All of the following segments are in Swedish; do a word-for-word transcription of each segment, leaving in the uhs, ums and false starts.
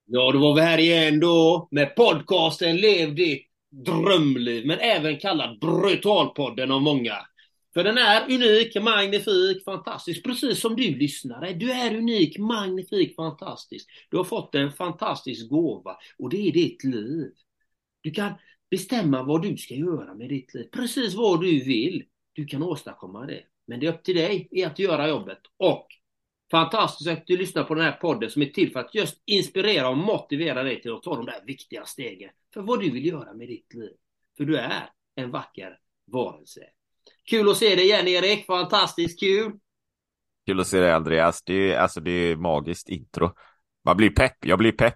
Ja, då var vi här igen då med podcasten Lev ditt drömliv, men även kallad Brutalpodden av många. För den är unik, magnifik, fantastisk, precis som du lyssnare. Du är unik, magnifik, fantastisk. Du har fått en fantastisk gåva och det är ditt liv. Du kan bestämma vad du ska göra med ditt liv, precis vad du vill. Du kan åstadkomma det, men det är upp till dig att göra jobbet. Och fantastiskt att du lyssnar på den här podden som är till för att just inspirera och motivera dig till att ta de där viktiga stegen för vad du vill göra med ditt liv. För du är en vacker varelse. Kul att se dig igen, Erik. Fantastiskt kul. Kul att se dig, Andreas. Det är, alltså, det är magiskt intro. Man blir pepp. Jag blir pepp.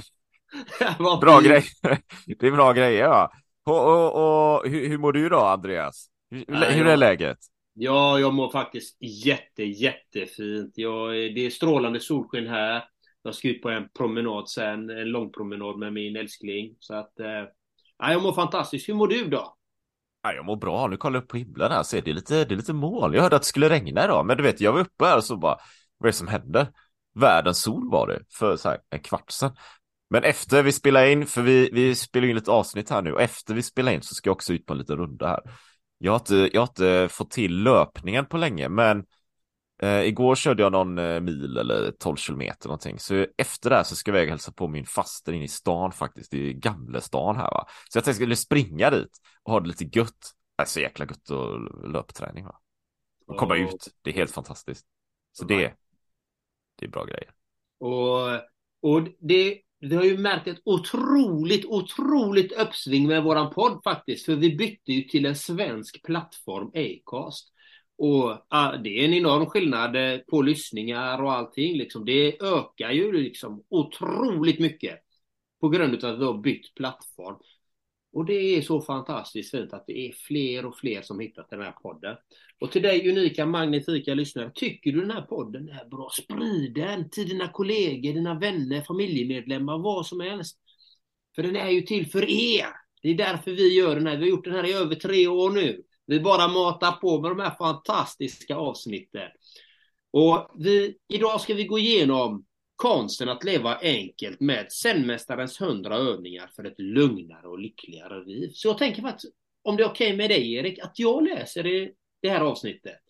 Bra grej. Det är bra grejer, ja. Och, och, och hur, hur mår du då, Andreas? Hur, Nej, hur är jag... läget? Ja, jag mår faktiskt jätte, jättefint. Jag, det är strålande solsken här. Jag ska ut på en promenad sen, en lång promenad med min älskling. Så att, eh, ja, jag mår fantastiskt. Hur mår du då? Ja, jag mår bra. Nu kollar jag upp på himlen här. Så det är lite, det är lite moln. Jag hörde att det skulle regna idag. Men du vet, jag var uppe här och så bara, vad är det som händer? Världens sol var det för så här, en kvart sedan. Men efter vi spelar in, för vi, vi spelar in lite avsnitt här nu. Och efter vi spelar in så ska jag också ut på en liten runda här. Jag har inte, jag har inte fått till löpningen på länge, men eh, igår körde jag någon eh, mil eller tolv kilometer någonting. Så efter det här så ska jag hälsa på min faster in i stan faktiskt. Det är gamla stan här, va. Så jag tänkte att jag skulle springa dit och ha det lite gött. Alltså jäkla gött och löpträning, va. Och komma Och, ut, det är helt fantastiskt. Så det, det är bra grejer. och, och det, vi har ju märkt ett otroligt, otroligt uppsving med våran podd faktiskt. För vi bytte ju till en svensk plattform, Acast. Och uh, det är en enorm skillnad på lyssningar och allting. Liksom. Det ökar ju liksom otroligt mycket på grund av att vi har bytt plattform. Och det är så fantastiskt fint att det är fler och fler som hittat den här podden. Och till dig unika, magnifika lyssnare, tycker du den här podden är bra? Sprid den till dina kollegor, dina vänner, familjemedlemmar, vad som helst. För den är ju till för er. Det är därför vi gör den här. Vi har gjort den här i över tre år nu. Vi bara matar på med de här fantastiska avsnitten. Och vi, idag ska vi gå igenom konsten att leva enkelt med Zen-mästarens hundra övningar för ett lugnare och lyckligare liv. Så jag tänker faktiskt, om det är okej med dig, Erik, att jag läser det, det här avsnittet.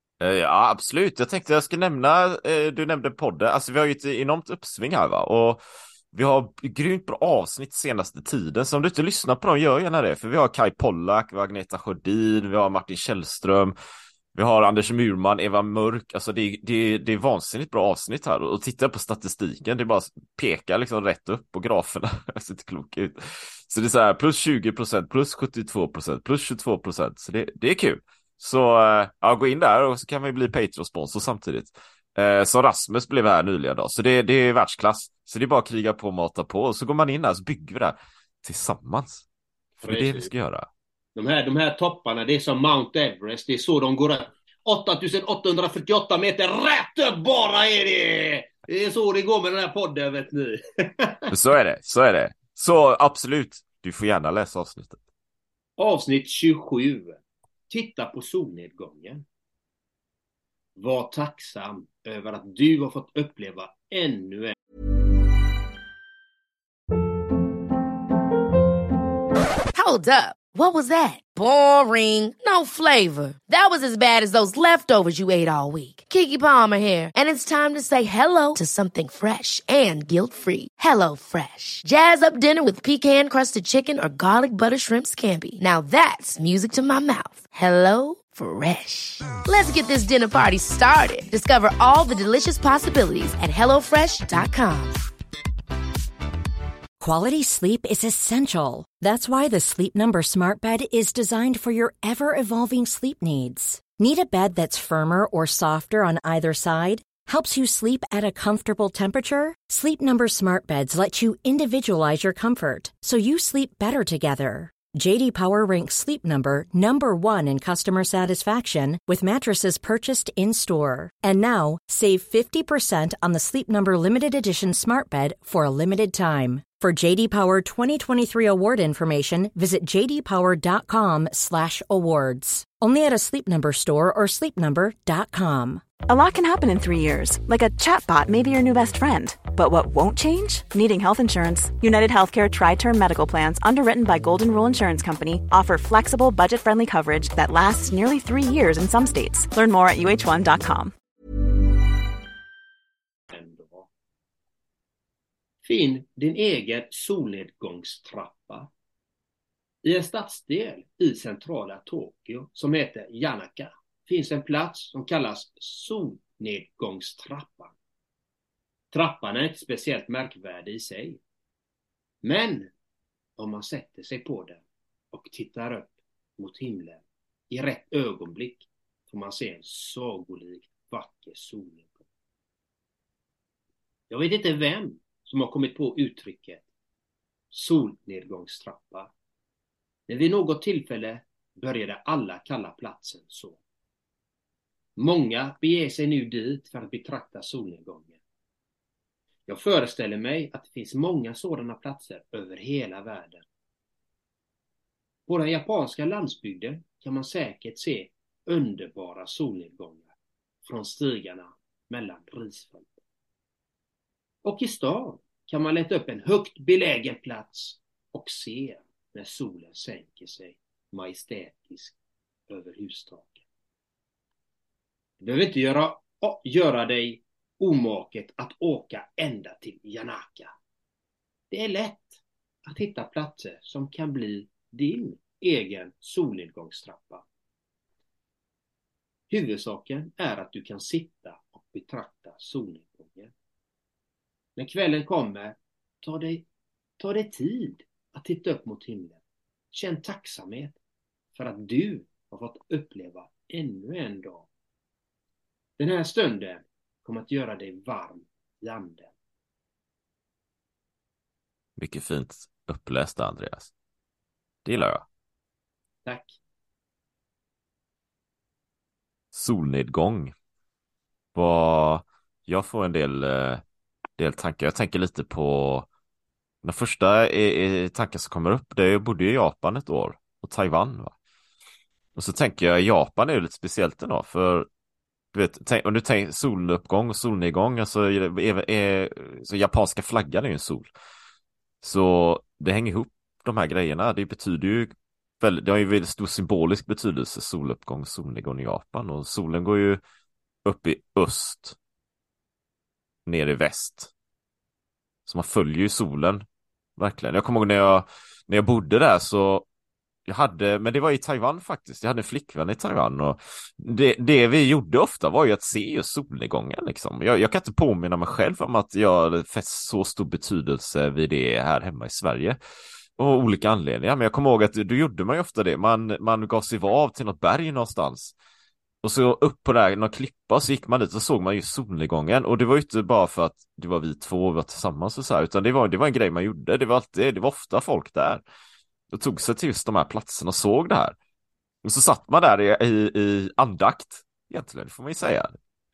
Ja, absolut. Jag tänkte jag ska nämna, du nämnde podden. Alltså vi har ju ett enormt uppsving här, va. Och vi har grymt bra avsnitt senaste tiden. Så om du inte lyssnar på dem, gör gärna det. För vi har Kai Pollak, vi har Agneta Sjödin, vi har Martin Källström, vi har Anders Murman, Eva Mörk. Alltså det, det, det är vansinnigt bra avsnitt här. Och titta på statistiken, det bara pekar liksom rätt upp på graferna. Det ser inte klok ut. Så det är så här, plus tjugo procent, plus sjuttiotvå procent, plus tjugotvå procent. Så det, det är kul. Så ja, gå in där och så kan vi bli Patreon-sponsor samtidigt. Eh, så Rasmus blev här nyligen då. Så det, det är världsklass. Så det är bara att kriga på och mata på. Och så går man in här så bygger vi det här tillsammans. För det är det vi ska göra. De här, de här topparna, det är som Mount Everest. Det är så de går upp. åtta åtta fyrtioåtta meter rätt upp bara är det. Det är så det går med den här podden, vet ni. Så är det, så är det. Så absolut, du får gärna läsa avsnittet. Avsnitt tjugosju. Titta på solnedgången. Var tacksam över att du har fått uppleva ännu en. Hold up. What was that? Boring. No flavor. That was as bad as those leftovers you ate all week. Keke Palmer here, and it's time to say hello to something fresh and guilt-free. Hello Fresh. Jazz up dinner with pecan-crusted chicken or garlic butter shrimp scampi. Now that's music to my mouth. Hello Fresh. Let's get this dinner party started. Discover all the delicious possibilities at hello fresh dot com. Quality sleep is essential. That's why the Sleep Number Smart Bed is designed for your ever-evolving sleep needs. Need a bed that's firmer or softer on either side? Helps you sleep at a comfortable temperature? Sleep Number Smart Beds let you individualize your comfort, so you sleep better together. J D Power ranks Sleep Number number one in customer satisfaction with mattresses purchased in-store. And now, save fifty percent on the Sleep Number Limited Edition Smart Bed for a limited time. For J D Power twenty twenty-three award information, visit j d power dot com slash awards. Only at a Sleep Number store or sleep number dot com. A lot can happen in three years, like a chatbot may be your new best friend. But what won't change? Needing health insurance. United Healthcare Tri-Term Medical Plans, underwritten by Golden Rule Insurance Company, offer flexible, budget-friendly coverage that lasts nearly three years in some states. Learn more at U H one dot com. Finn din egen solnedgångstrappa. I en stadsdel i centrala Tokyo som heter Yanaka finns en plats som kallas solnedgångstrappan. Trappan är inte speciellt märkvärdig i sig. Men om man sätter sig på den och tittar upp mot himlen i rätt ögonblick får man se en sagolikt vacker solnedgång. Jag vet inte vem som har kommit på uttrycket solnedgångstrappa. Men vid något tillfälle började alla kalla platsen så. Många beger sig nu dit för att betrakta solnedgången. Jag föreställer mig att det finns många sådana platser över hela världen. På den japanska landsbygden kan man säkert se underbara solnedgångar från stigarna mellan risfälten. Och i stan kan man leta upp en högt belägen plats och se när solen sänker sig majestätiskt över hustaken. Du behöver inte göra, göra dig omaket att åka ända till Yanaka. Det är lätt att hitta platser som kan bli din egen solnedgångstrappa. Huvudsaken är att du kan sitta och betrakta solnedgången. När kvällen kommer, ta dig, ta dig tid att titta upp mot himlen. Känn tacksamhet för att du har fått uppleva ännu en dag. Den här stunden kommer att göra dig varm i anden. Mycket fint uppläst, Andreas. Det gillar jag. Tack. Solnedgång. Vad... Jag får en del, del tankar. Jag tänker lite på... Den första är, är tankar som kommer upp. Det är jag bodde i Japan ett år. Och Taiwan, va? Och så tänker jag, Japan är ju lite speciellt ändå. För du vet, tänk, om du tänker soluppgång och solnedgång, alltså är, är, är, så japanska flaggan är ju en sol. Så det hänger ihop, de här grejerna. Det betyder ju väldigt, det har ju väldigt stor symbolisk betydelse, soluppgång och solnedgång i Japan. Och solen går ju upp i öst, ner i väst. Så man följer ju solen, verkligen. Jag kommer ihåg när jag, när jag bodde där så jag hade, men det var i Taiwan faktiskt. Jag hade en flickvän i Taiwan och det, det vi gjorde ofta var ju att se just solnedgången liksom. Jag, jag kan inte påminna mig själv om att jag fäst så stor betydelse vid det här hemma i Sverige. Och olika anledningar. Men jag kommer ihåg att då gjorde man ju ofta det. Man, man gav sig av till något berg någonstans. Och så upp på där, någon klippa, så gick man dit och såg man ju solnedgången. Och det var ju inte bara för att det var vi två och var tillsammans och så här, utan det var, det var en grej man gjorde. Det var alltid, det var ofta folk där. Och tog sig till just de här platserna och såg det här. Och så satt man där i, i, i andakt, egentligen, får man ju säga.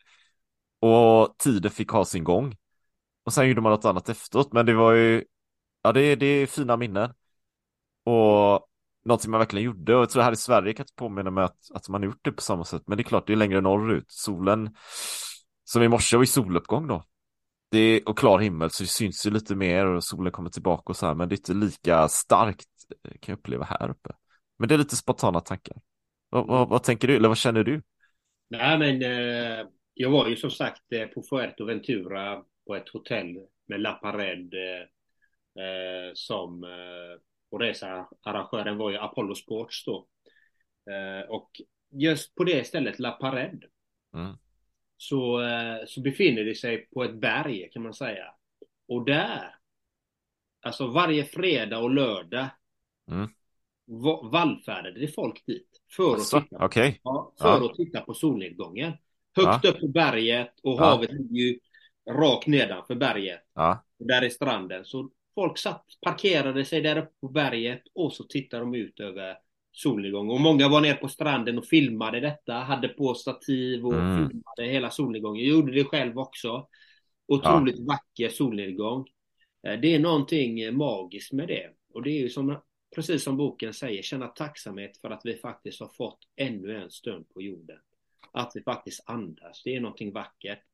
Och tiden fick ha sin gång. Och sen gjorde man något annat efteråt. Men det var ju, ja det, det är fina minnen. Och något man verkligen gjorde. Och jag tror här i Sverige kan jag inte påminna mig att, att man har gjort det på samma sätt. Men det är klart, det är längre norrut. Solen, som i morse var i soluppgång då. Det är, och klar himmel, så det syns ju lite mer och solen kommer tillbaka och så här. Men det är inte lika starkt, kan jag uppleva här uppe. Men det är lite spontana tankar. Vad, vad, vad tänker du, eller vad känner du? Nej men eh, jag var ju som sagt eh, på Fuerteventura på ett hotell med La Pared eh, eh, som eh, och researrangören var ju Apollo Sports då. Eh, och just på det stället La Pared Mm. så, eh, så befinner det sig på ett berg kan man säga. Och där, alltså varje fredag och lördag Mm. va- vallfärdade det folk dit för, Asså, att titta, okej. ja, för Ja. att titta på solnedgången. Högt Ja. upp på berget och Ja. havet är ju rakt nedanför berget. Ja. Och där är stranden. Så folk satt, parkerade sig där uppe på berget och så tittade de ut över solnedgång. Och många var ner på stranden och filmade detta, hade på stativ och Mm. filmade hela solnedgången. Jag gjorde det själv också. Otroligt ja. vacker solnedgång. Det är någonting magiskt med det. Och det är ju som, precis som boken säger, känna tacksamhet för att vi faktiskt har fått ännu en stund på jorden. Att vi faktiskt andas. Det är någonting vackert.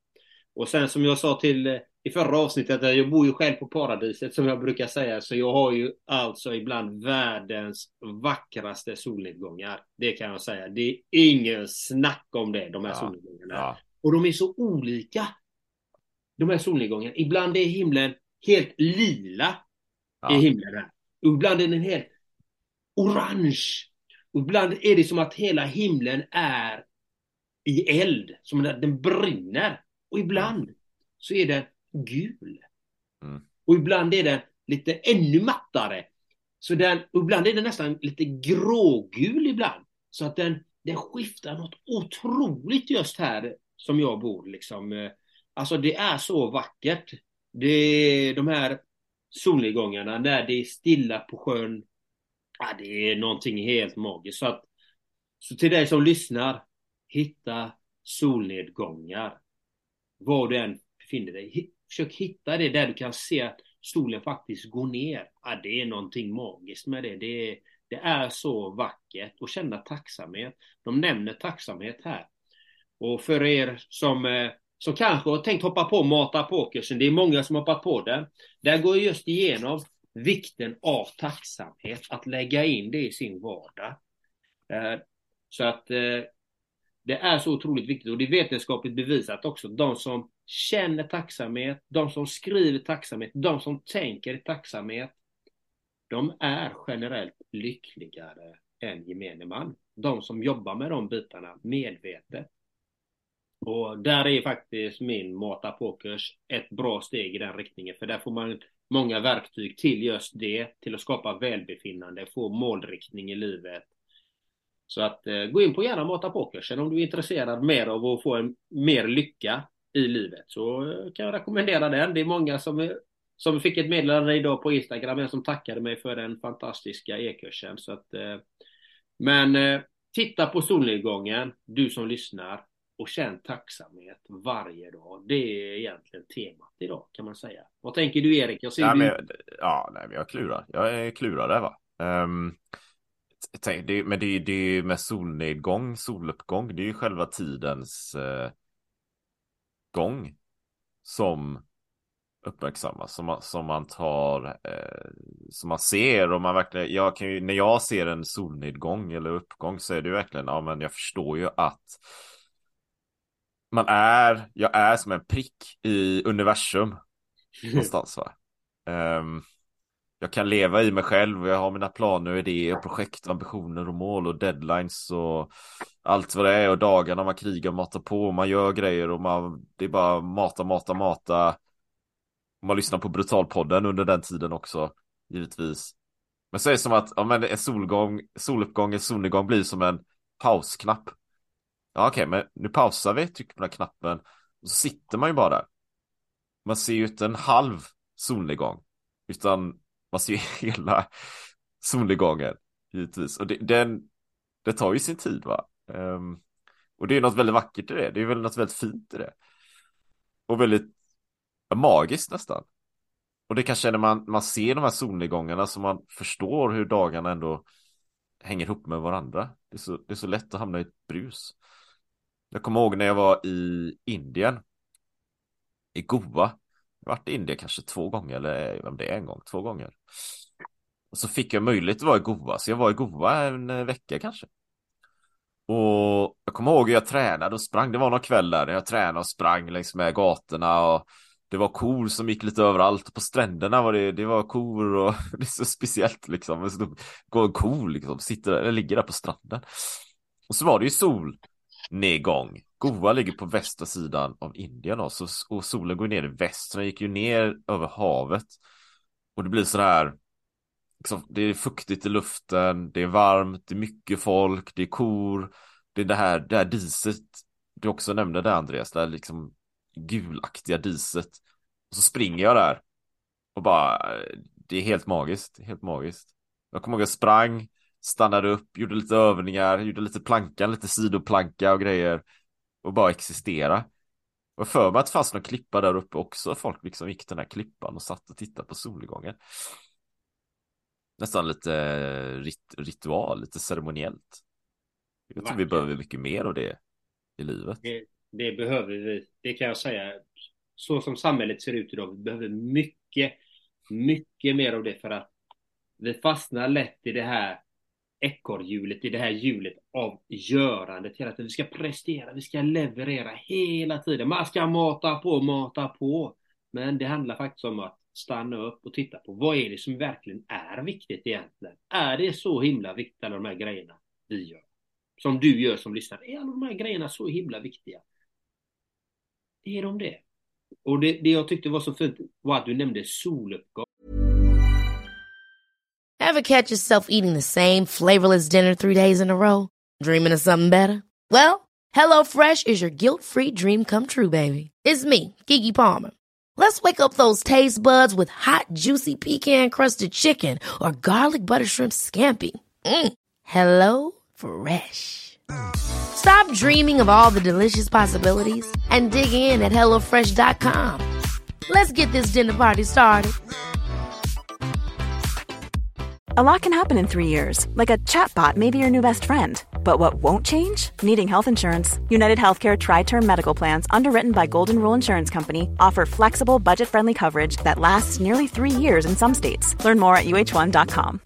Och sen som jag sa till eh, i förra avsnittet, att jag bor ju själv på paradiset som jag brukar säga. Så jag har ju alltså ibland världens vackraste solnedgångar. Det kan jag säga. Det är ingen snack om det, de här Ja, solnedgångarna. ja. Och de är så olika. De här solnedgångarna. Ibland är himlen helt lila Ja. i himlen här. Och ibland är den helt orange. Och ibland är det som att hela himlen är i eld. Som att den brinner. Och ibland mm. så är den gul. Mm. Och ibland är den lite ännu mattare. Så den, och ibland är den nästan lite grågul ibland. Så att den, den skiftar något otroligt just här som jag bor. Liksom. Alltså det är så vackert. Det är de här solnedgångarna när det är stilla på sjön. Ja, det är någonting helt magiskt. Så, att, så till dig som lyssnar, hitta solnedgångar. Var du än befinner dig. Försök hitta det där du kan se att solen faktiskt går ner. Ja, det är någonting magiskt med det. Det är, det är så vackert. Och känna tacksamhet. De nämner tacksamhet här. Och för er som, som kanske har tänkt hoppa på Mata Pokersen. Det är många som har hoppat på den. Där går just igenom vikten av tacksamhet. Att lägga in det i sin vardag. Så att det är så otroligt viktigt. Och det är vetenskapligt bevisat också. De som känner tacksamhet, de som skriver tacksamhet, de som tänker tacksamhet, de är generellt lyckligare än gemene man. De som jobbar med de bitarna medvetet. Och där är faktiskt min Mata Pokers ett bra steg i den riktningen. För där får man många verktyg till just det. Till att skapa välbefinnande, få målriktning i livet. Så att eh, gå in på gärna Mata Pokersen om du är intresserad mer av att få en mer lycka i livet. Så eh, kan jag rekommendera den. Det är många som, som fick ett meddelande idag på Instagram som tackade mig för den fantastiska e-kursen. Så att, eh, men eh, titta på solnedgången, du som lyssnar, och känn tacksamhet varje dag. Det är egentligen temat idag kan man säga. Vad tänker du, Erik? Jag ser ja, du... men, ja, nej, men jag klurar. Jag är klurare va. Um... Tänk, det, men det, det är med solnedgång, soluppgång, det är ju själva tidens eh, gång som uppmärksammas, som man, som man tar, eh, som man ser och man verkligen, jag kan ju, när jag ser en solnedgång eller uppgång så är det ju verkligen, ja men jag förstår ju att man är, jag är som en prick i universum någonstans va. Um, Jag kan leva i mig själv och jag har mina planer och idéer, projekt, ambitioner och mål och deadlines och allt vad det är och dagarna man krigar och matar på och man gör grejer och man, det är bara mata, mata, mata. Man lyssnar på Brutalpodden under den tiden också, givetvis. Men så är det som att ja, men en solgång, soluppgång, en solnedgång blir som en pausknapp. Ja okej, okay, men nu pausar vi, trycker på den här knappen och så sitter man ju bara där. Man ser ju inte en halv solnedgång utan man ser ju hela solnedgången, givetvis. Och det, den, det tar ju sin tid, va? Um, och det är något väldigt vackert i det. Det är väl något väldigt fint i det. Och väldigt ja, magiskt nästan. Och det kanske är när man, man ser de här solnedgångarna som man förstår hur dagarna ändå hänger ihop med varandra. Det är så, det är så lätt att hamna i ett brus. Jag kommer ihåg när jag var i Indien. I Goa. Jag har varit i Indien kanske två gånger, eller om det är en gång, två gånger. Och så fick jag möjlighet att vara i Goa, så jag var i Goa en vecka kanske. Och jag kommer ihåg hur jag tränade och sprang, det var någon kväll där jag tränade och sprang längs med gatorna och det var kor som gick lite överallt och på stränderna var det, det var kor och det är så speciellt liksom. Så går en ko liksom, sitter där, eller ligger där på stranden. Och så var det ju solnedgång. Goa ligger på västra sidan av Indien då, så, och solen går ner i väst. Den gick ju ner över havet. Och det blir så här liksom, det är fuktigt i luften, det är varmt, det är mycket folk, det är kor, det är det här, det här diset du också nämnde där Andreas, det här liksom gulaktiga diset. Och så springer jag där och bara, det är helt magiskt, helt magiskt. Jag kommer ihåg jag sprang, stannade upp, gjorde lite övningar, gjorde lite plankan, lite sidoplanka och grejer. Och bara existera. Och för mig att det fanns någon klippa där uppe också. Folk liksom gick den här klippan och satt och tittade på solnedgången. Nästan lite rit- ritual, lite ceremoniellt. Jag tror vi behöver mycket mer av det i livet. Det, Det behöver vi. Det kan jag säga. Så som samhället ser ut idag, vi behöver mycket, mycket mer av det, för att vi fastnar lätt i det här ekorrhjulet, i det här hjulet av görandet hela tiden. Vi ska prestera, vi ska leverera hela tiden. Man ska mata på, mata på. Men det handlar faktiskt om att stanna upp och titta på vad är det som verkligen är viktigt egentligen. Är det så himla viktigt, alla de här grejerna vi gör? Som du gör som lyssnar. Är alla de här grejerna så himla viktiga? Är de det? Och det, det jag tyckte var så fint var att du nämnde soluppgång. Ever catch yourself eating the same flavorless dinner three days in a row? Dreaming of something better? Well, HelloFresh is your guilt-free dream come true, baby. It's me, Keke Palmer. Let's wake up those taste buds with hot, juicy pecan-crusted chicken or garlic butter shrimp scampi. Mm. Hello Fresh. Stop dreaming of all the delicious possibilities and dig in at hello fresh dot com. Let's get this dinner party started. A lot can happen in three years, like a chatbot may be your new best friend. But what won't change? Needing health insurance. United Healthcare Tri-Term Medical Plans, underwritten by Golden Rule Insurance Company, offer flexible, budget-friendly coverage that lasts nearly three years in some states. Learn more at u h one dot com.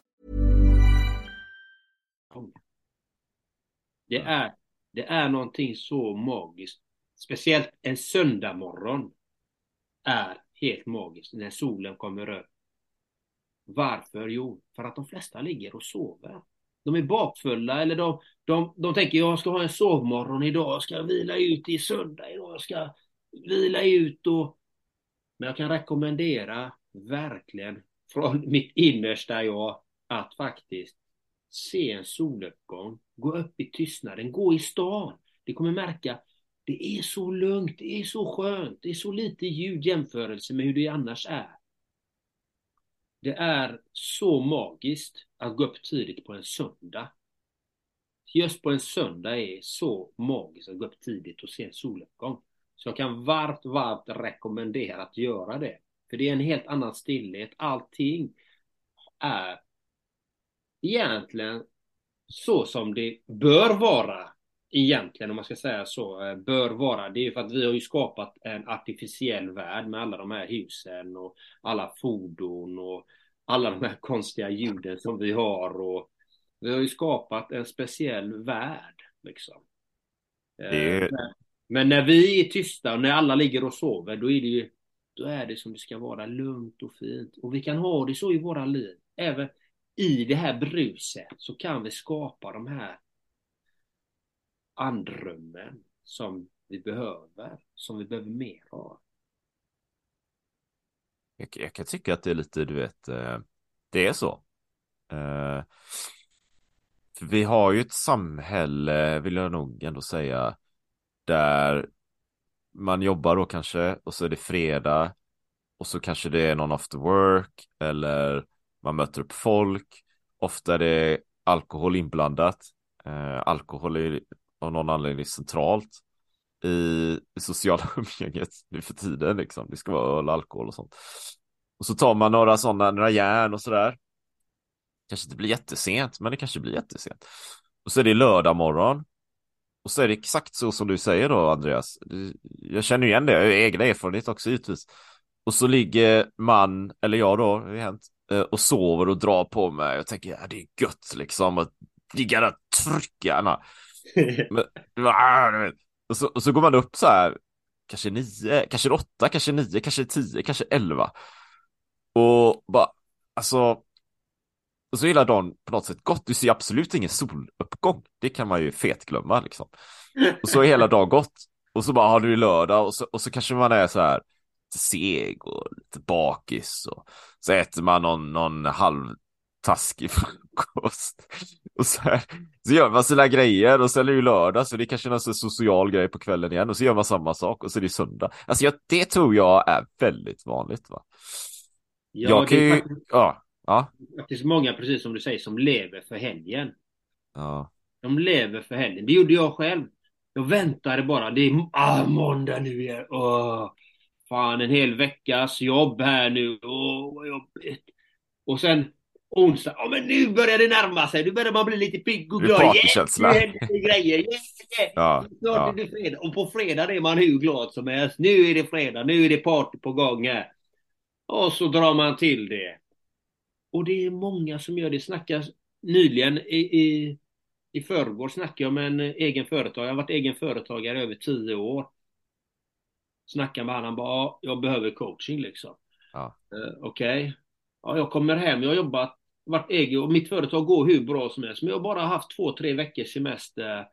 Det är, det är någonting så magiskt. Speciellt en söndag morgon är helt magiskt när solen kommer upp. Varför? Jo, för att de flesta ligger och sover. De är bakfulla, eller de, de, de tänker jag ska ha en sovmorgon idag, jag ska vila ut i söndag idag, jag ska vila ut. Och... Men jag kan rekommendera verkligen från mitt innersta jag att faktiskt se en soluppgång, gå upp i tystnaden, gå i stan. Det kommer märka, det är så lugnt, det är så skönt, det är så lite ljud jämförelse med hur det annars är. Det är så magiskt att gå upp tidigt på en söndag. Just på en söndag är så magiskt att gå upp tidigt och se en soluppgång. Så jag kan varmt, varmt rekommendera att göra det. För det är en helt annan stillhet. Allting är egentligen så som det bör vara. Egentligen, om man ska säga så, bör vara. Det är för att vi har ju skapat en artificiell värld med alla de här husen och alla fordon och alla de här konstiga ljuden som vi har. Och vi har ju skapat en speciell värld liksom. Det... Men när vi är tysta och när alla ligger och sover, då är det ju, då är det som det ska vara, lugnt och fint. Och vi kan ha det så i våra liv. Även i det här bruset så kan vi skapa de här andrummen som vi behöver, som vi behöver mer av. Jag, jag kan tycka att det är lite, du vet, det är så. För vi har ju ett samhälle, vill jag nog ändå säga, där man jobbar då kanske, och så är det fredag, och så kanske det är någon after work, eller man möter upp folk. Ofta är det alkohol inblandat. Alkohol är av någon anledning centralt i, i sociala umgänget nu för tiden liksom. Det ska vara öl, alkohol och sånt. Och så tar man några sådana, några järn och sådär. Kanske inte blir jättesent, men det kanske blir jättesent. Och så är det lördag morgon. Och så är det exakt så som du säger då, Andreas. Jag känner igen det, jag har egna erfarenhet också givetvis. Och så ligger man, eller jag då, det har hänt, och sover och drar på mig. Jag tänker, ja, det är gött liksom att ligga där tryckarna. Men, och, så, och så går man upp så här, kanske nio, kanske åtta, kanske nio, kanske tio, kanske elva. Och bara, alltså, och så hela dagen på något sätt gått. Du ser absolut ingen soluppgång. Det kan man ju fetglömma liksom. Och så är hela dagen gått. Och så bara har du lördag, och så, och så kanske man är så här lite seg och lite bakis, och så äter man någon, någon halvtaskig frukost. Och så, här, så gör man sina grejer, och så är det ju lördag, så det är kanske någon social grej på kvällen igen, och så gör man samma sak, och så är det söndag. Alltså jag, det tror jag är väldigt vanligt, va? Ja, jag kan det är ju, faktiskt, ja, ja. faktiskt många, precis som du säger, som lever för helgen. Ja. De lever för helgen. Det gjorde jag själv. Jag väntade bara. Det är ah, måndag nu igen. Åh, fan, en hel veckas jobb här nu. Åh, vad jobbigt. Och sen, onsdag, ja men nu börjar det närma sig, nu börjar man bli lite pigg och Det är glad. partykänsla. Yeah, nu händer det grejer. Yeah, yeah. Ja, Snart ja. är det fredag. Och på fredag är man hur glad som helst. Nu är det fredag, nu är det party på gång här. Och så drar man till det. Och det är många som gör det. Snackas nyligen i, i, i förrgår snackade jag med en egen företagare. Jag har varit egen företagare i över tio år. Snackar med han, han bara, ja, jag behöver coaching liksom. Ja. Uh, Okej. Okay. Ja, jag kommer hem, jag har jobbat, varit egen och mitt företag går hur bra som helst. Men jag har bara haft två, tre veckors semester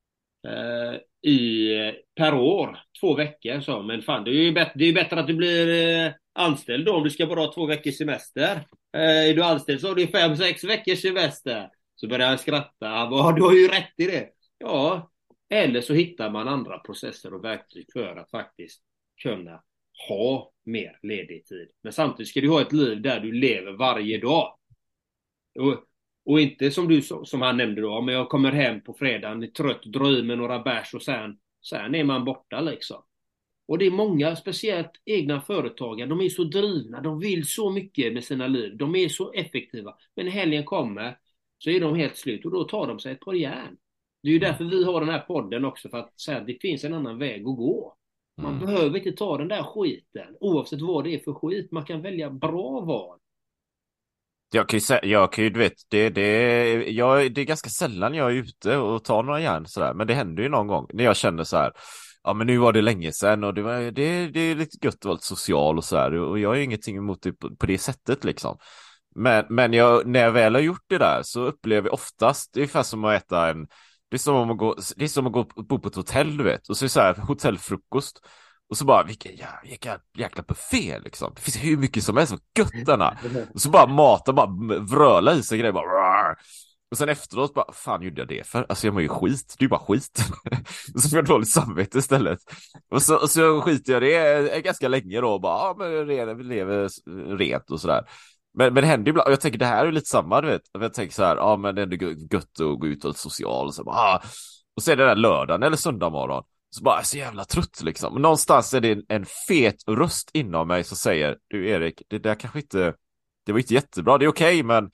uh, i, per år. Två veckor så. Men fan, det är ju bättre, det är ju bättre att du blir uh, anställd då om du ska bara ha två veckors semester. Uh, är du anställd så har du fem, sex veckors semester. Så börjar jag skratta. Han bara, du har ju rätt i det. Ja, eller så hittar man andra processer och verktyg för att faktiskt kunna ha mer ledig tid. Men samtidigt ska du ha ett liv där du lever varje dag. Och, och inte som du som han nämnde då, men jag kommer hem på fredagen, är trött, drar med några bärs och sen, sen är man borta liksom. Och det är många, speciellt egna företagare, de är så drivna, de vill så mycket med sina liv, de är så effektiva. Men när helgen kommer så är de helt slut och då tar de sig ett par järn. Det är ju därför vi har den här podden också, för att säga att det finns en annan väg att gå. Man mm. behöver inte ta den där skiten, oavsett vad det är för skit. Man kan välja bra val. Jag kan ju säga, jag kan ju, du vet, det, det, jag, det är ganska sällan jag är ute och tar några järn sådär. Men det händer ju någon gång när jag känner så här, ja men nu var det länge sedan och det, var, det, det är lite gött att vara lite social och så här. Och jag har ju ingenting emot det på, på det sättet liksom. Men, men jag, när jag väl har gjort det där så upplever jag oftast, det är ungefär som att äta en, det är som att gå, det är som att gå och bo på ett hotell, du vet. Och så är det så här, hotellfrukost. Och så bara, vilken jäkla, jäkla buffé liksom. Det finns hur mycket som helst som göttarna. Och så bara maten, bara vröla i sig grejer. Bara, och sen efteråt bara, fan gjorde jag det för? Alltså jag mår ju skit, det är ju bara skit. Och så får jag dåligt samvete istället. Och så, och så skiter jag det ganska länge då. Och bara, ja men vi lever rent och sådär. Men, men det händer ju ibland, och jag tänker det här är lite samma, du vet. Jag tänker så här, ja men det är ändå gött att gå ut och social och så bara, ah. Och så är det där lördagen eller söndag morgon. Så bara, jag är så jävla trött liksom. Men någonstans är det en, en fet röst inom mig som säger, du Erik, det där kanske inte, det var inte jättebra, det är okej, men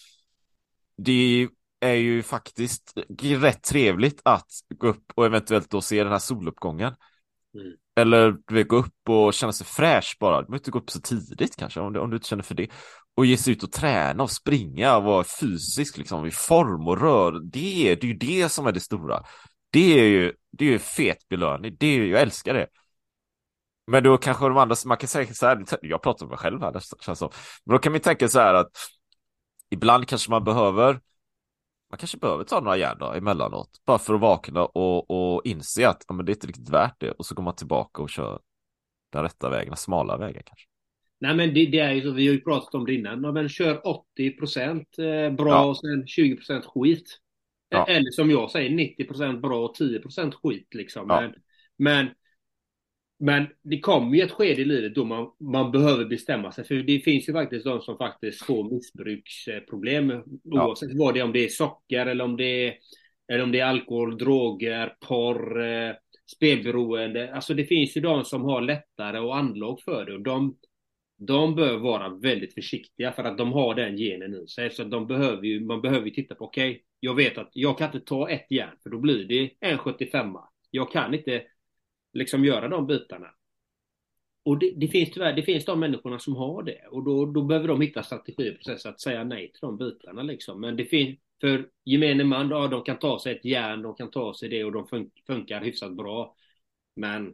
det är ju faktiskt rätt trevligt att gå upp och eventuellt då se den här soluppgången. Mm. Eller du vet, gå upp och känna sig fräsch bara. Du behöver inte gå upp så tidigt kanske, om du, om du inte känner för det. Och ge sig ut och träna och springa och vara fysisk liksom, i form och rör. Det är, det är ju det som är det stora. Det är ju, det är ju fet belöning. Det är ju, jag älskar det. Men då kanske de andra, man kan säga så här, jag pratar med mig själv här, det känns så. Men då kan vi tänka så här att ibland kanske man behöver Man kanske behöver ta några järn då, emellanåt. Bara för att vakna och, och inse att ja, men det är inte riktigt värt det. Och så går man tillbaka och kör den rätta vägen, den smala vägen kanske. Nej men det, det är ju så, vi har ju pratat om det innan. Men kör åttio procent bra Ja. och sen tjugo procent skit. Ja. Eller som jag säger, nittio procent bra och tio procent skit liksom. Ja. Men, men, men det kommer ju ett skede i livet då man, man behöver bestämma sig. För det finns ju faktiskt de som faktiskt får missbruksproblem. Ja. Oavsett vad det är, om det är socker eller om det är, eller om det är alkohol, droger, porr, eh, spelberoende. Alltså det finns ju de som har lättare och anlag för det. Och de, de bör vara väldigt försiktiga för att de har den genen i sig. Så de behöver ju, man behöver ju titta på, okej, okay, jag vet att jag kan inte ta ett järn för då blir det en sjuttiofem. Jag kan inte liksom göra de bitarna. Och det, det finns tyvärr, det finns de människorna som har det. Och då, då behöver de hitta strategier och processer att säga nej till de bitarna liksom. Men det finns, för gemene man, ja, de kan ta sig ett järn, de kan ta sig det och de fun- funkar hyfsat bra. Men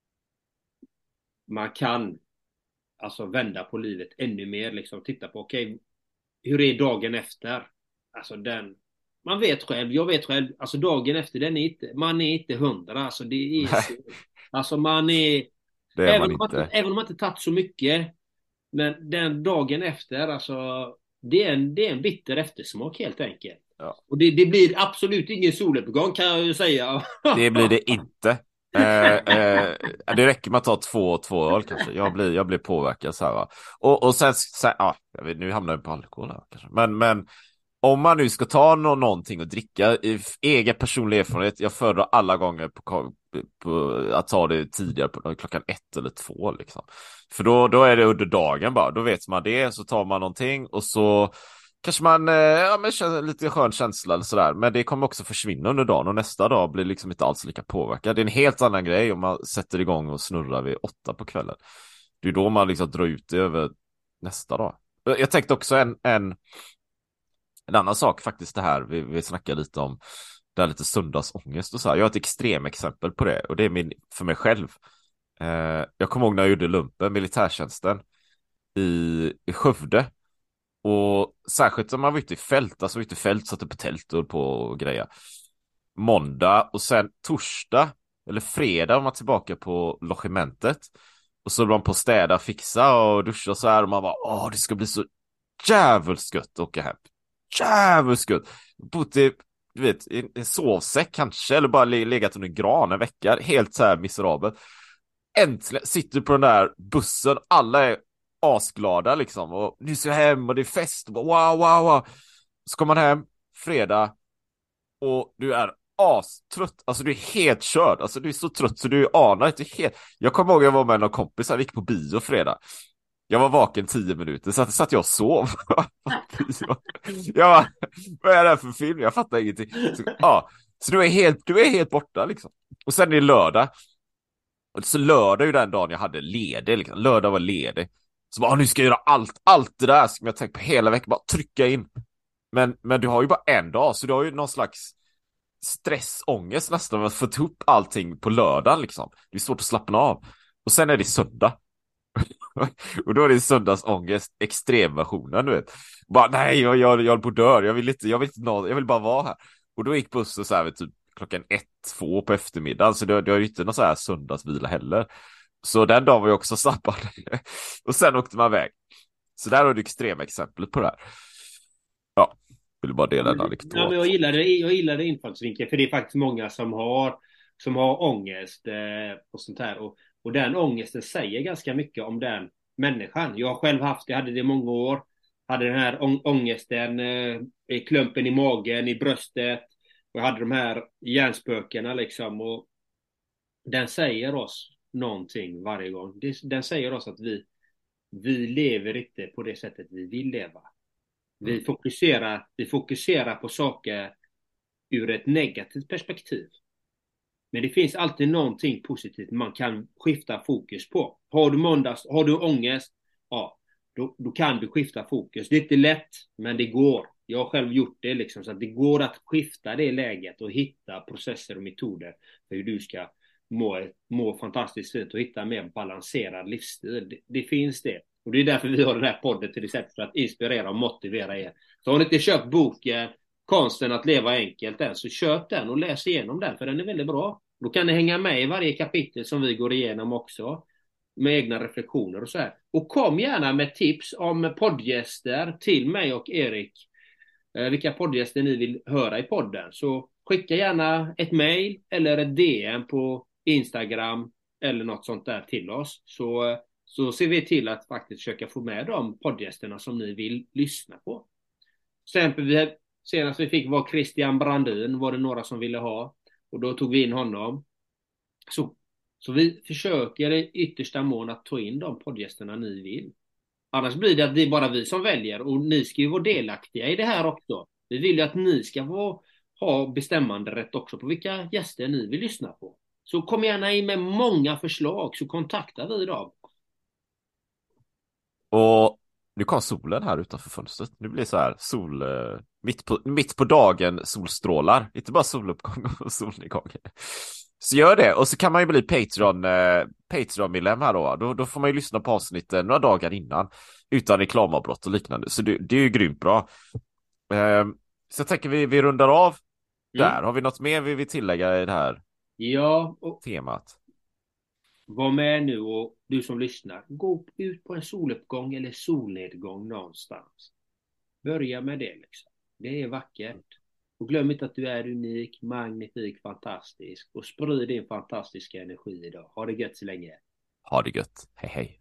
man kan alltså vända på livet ännu mer liksom. Titta på, okej, okay, hur är dagen efter? Alltså den, man vet själv, jag vet själv, alltså dagen efter den är inte, man är inte hundra, alltså det är så, alltså man är, det är även, man om man, inte. även om man inte tagit så mycket, men den dagen efter, alltså det är en, det är en bitter eftersmak helt enkelt. Ja. Och det, det blir absolut ingen soluppgång kan jag ju säga. Det blir det inte. eh, eh, det räcker med att ta två två öl kanske. Jag blir, jag blir påverkad så här, va? Och, och sen, sen ja, jag vet, nu hamnar jag på alkohol här, kanske. Men, men om man nu ska ta no- någonting och dricka, egen personlig erfarenhet, jag föredrar alla gånger på, på, att ta det tidigare på klockan ett eller två liksom. För då, då är det under dagen bara, då vet man det, så tar man någonting och så kanske man eh, ja, men känner lite skön känsla eller sådär. Men det kommer också försvinna under dagen och nästa dag blir liksom inte alls lika påverkad. Det är en helt annan grej om man sätter igång och snurrar vid åtta på kvällen. Det är då man liksom drar ut det över nästa dag. Jag tänkte också en, en, en annan sak faktiskt det här. Vi, vi snackar lite om det här lite söndagsångest och så här. Jag har ett extrem exempel på det och det är min, för mig själv. Eh, jag kommer ihåg när jag gjorde lumpen, militärtjänsten i, i Skövde. Och särskilt om man var ute i fält, alltså var ute i fält, satte på tält och på och grejer. Måndag och sen torsdag eller fredag var man tillbaka på logementet. Och så var man på städa, fixa och duscha och så här. Och man bara, åh det ska bli så jävligt gött att åka hem. Jävligt gött. Bott i, du vet, i en sovsäck kanske, eller bara legat under en gran en vecka. Helt så här miserabelt. Äntligen sitter du på den där bussen, alla är asglada liksom, och nu ska jag hem och det är fest, och bara, wow, wow, wow. Så kommer man hem fredag och du är astrött, alltså du är helt körd, alltså du är så trött så du anar inte helt. Jag kommer ihåg jag var med någon kompis, jag gick på bio fredag. Jag var vaken tio minuter, så att, så att jag sov. Jag bara, vad är det här för film? Jag fattar ingenting. Så, ja, så du är helt, du är helt borta liksom. Och sen är det lördag. Och så lördag är ju den dagen jag hade ledig, liksom. Lördag var ledig. Så bara, nu ska jag göra allt, allt det där som jag tänkt på hela veckan, bara trycka in. Men, men du har ju bara en dag, så du har ju någon slags stressångest nästan med att få ihop allting på lördagen liksom. Det är svårt att slappna av. Och sen är det söndag. Och då är det söndagsångest, extremversionen, du vet. Bara, nej, jag, jag, jag håller på att dö, jag vill inte, jag vill inte nå, jag vill bara vara här. Och då gick bussen så här vid typ klockan ett, två på eftermiddagen, så det, det har ju inte någon så här söndagsvila heller. Så den dagen var jag också sabbad. Och sen åkte man iväg. Så där har du extrema exempel på det här. Ja, vill bara dela en anekdot. Ja, men jag gillar det, jag gillar det infallsvinkeln, för det är faktiskt många som har som har ångest eh, och sånt här, och, och den ångesten säger ganska mycket om den människan. Jag har själv haft det, hade det i många år. Hade den här ång- ångesten eh, i klumpen i magen, i bröstet, och jag hade de här hjärnspökena liksom, och den säger oss någonting varje gång. Den säger oss att vi vi lever inte på det sättet vi vill leva. Vi fokuserar, vi fokuserar på saker ur ett negativt perspektiv. Men det finns alltid någonting positivt man kan skifta fokus på. Har du måndags, har du ångest, ja, då, då kan du skifta fokus. Det är inte lätt, men det går. Jag har själv gjort det liksom, så att det går att skifta det läget och hitta processer och metoder för hur du ska må, må fantastiskt fint och hitta en mer balanserad livsstil. Det, det finns det. Och det är därför vi har den här podden till exempel, för att inspirera och motivera er. Så har ni inte köpt boken Konsten att leva enkelt än, så köp den och läs igenom den, för den är väldigt bra. Då kan ni hänga med i varje kapitel som vi går igenom också, med egna reflektioner och så här. Och kom gärna med tips om poddgäster till mig och Erik. Eh, vilka poddgäster ni vill höra i podden. Så skicka gärna ett mejl eller ett D M på Instagram eller något sånt där till oss. Så, så ser vi till att faktiskt försöka få med de poddgästerna som ni vill lyssna på. Exempel, vi, senast vi fick var Christian Brandin, var det några som ville ha. Och då tog vi in honom. Så, så vi försöker i yttersta mån att ta in de poddgästerna ni vill. Annars blir det att det är bara vi som väljer. Och ni ska ju vara delaktiga i det här också. Vi vill ju att ni ska vara, ha bestämmande rätt också på vilka gäster ni vill lyssna på. Så kom gärna in med många förslag, så kontaktar vi dem. Och nu kom solen här utanför fönstret. Nu blir det så här sol... Eh, mitt, på, mitt på dagen solstrålar. Inte bara soluppgång och solnedgång. Så gör det. Och så kan man ju bli Patreon, eh, Patreon-medlem här då. då. Då får man ju lyssna på avsnittet några dagar innan. Utan reklamavbrott och liknande. Så det, det är ju grymt bra. Eh, så jag tänker vi, vi rundar av mm. där. Har vi något mer vi vill tillägga i det här ja, och temat? Var med nu, och du som lyssnar, gå ut på en soluppgång eller solnedgång någonstans. Börja med det liksom. Det är vackert. Och glöm inte att du är unik, magnifik, fantastisk. Och sprid din fantastiska energi idag. Ha det gött så länge. Ha det gött. Hej hej.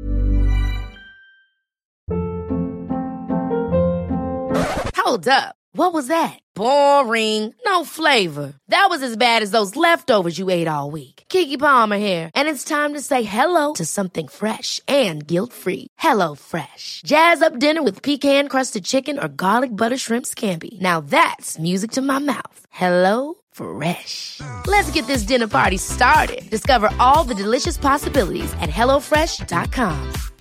Hold up. What was that? Boring. No flavor. That was as bad as those leftovers you ate all week. Keke Palmer here, and it's time to say hello to something fresh and guilt-free. Hello Fresh. Jazz up dinner with pecan-crusted chicken or garlic butter shrimp scampi. Now that's music to my mouth. Hello Fresh. Let's get this dinner party started. Discover all the delicious possibilities at hello fresh dot com.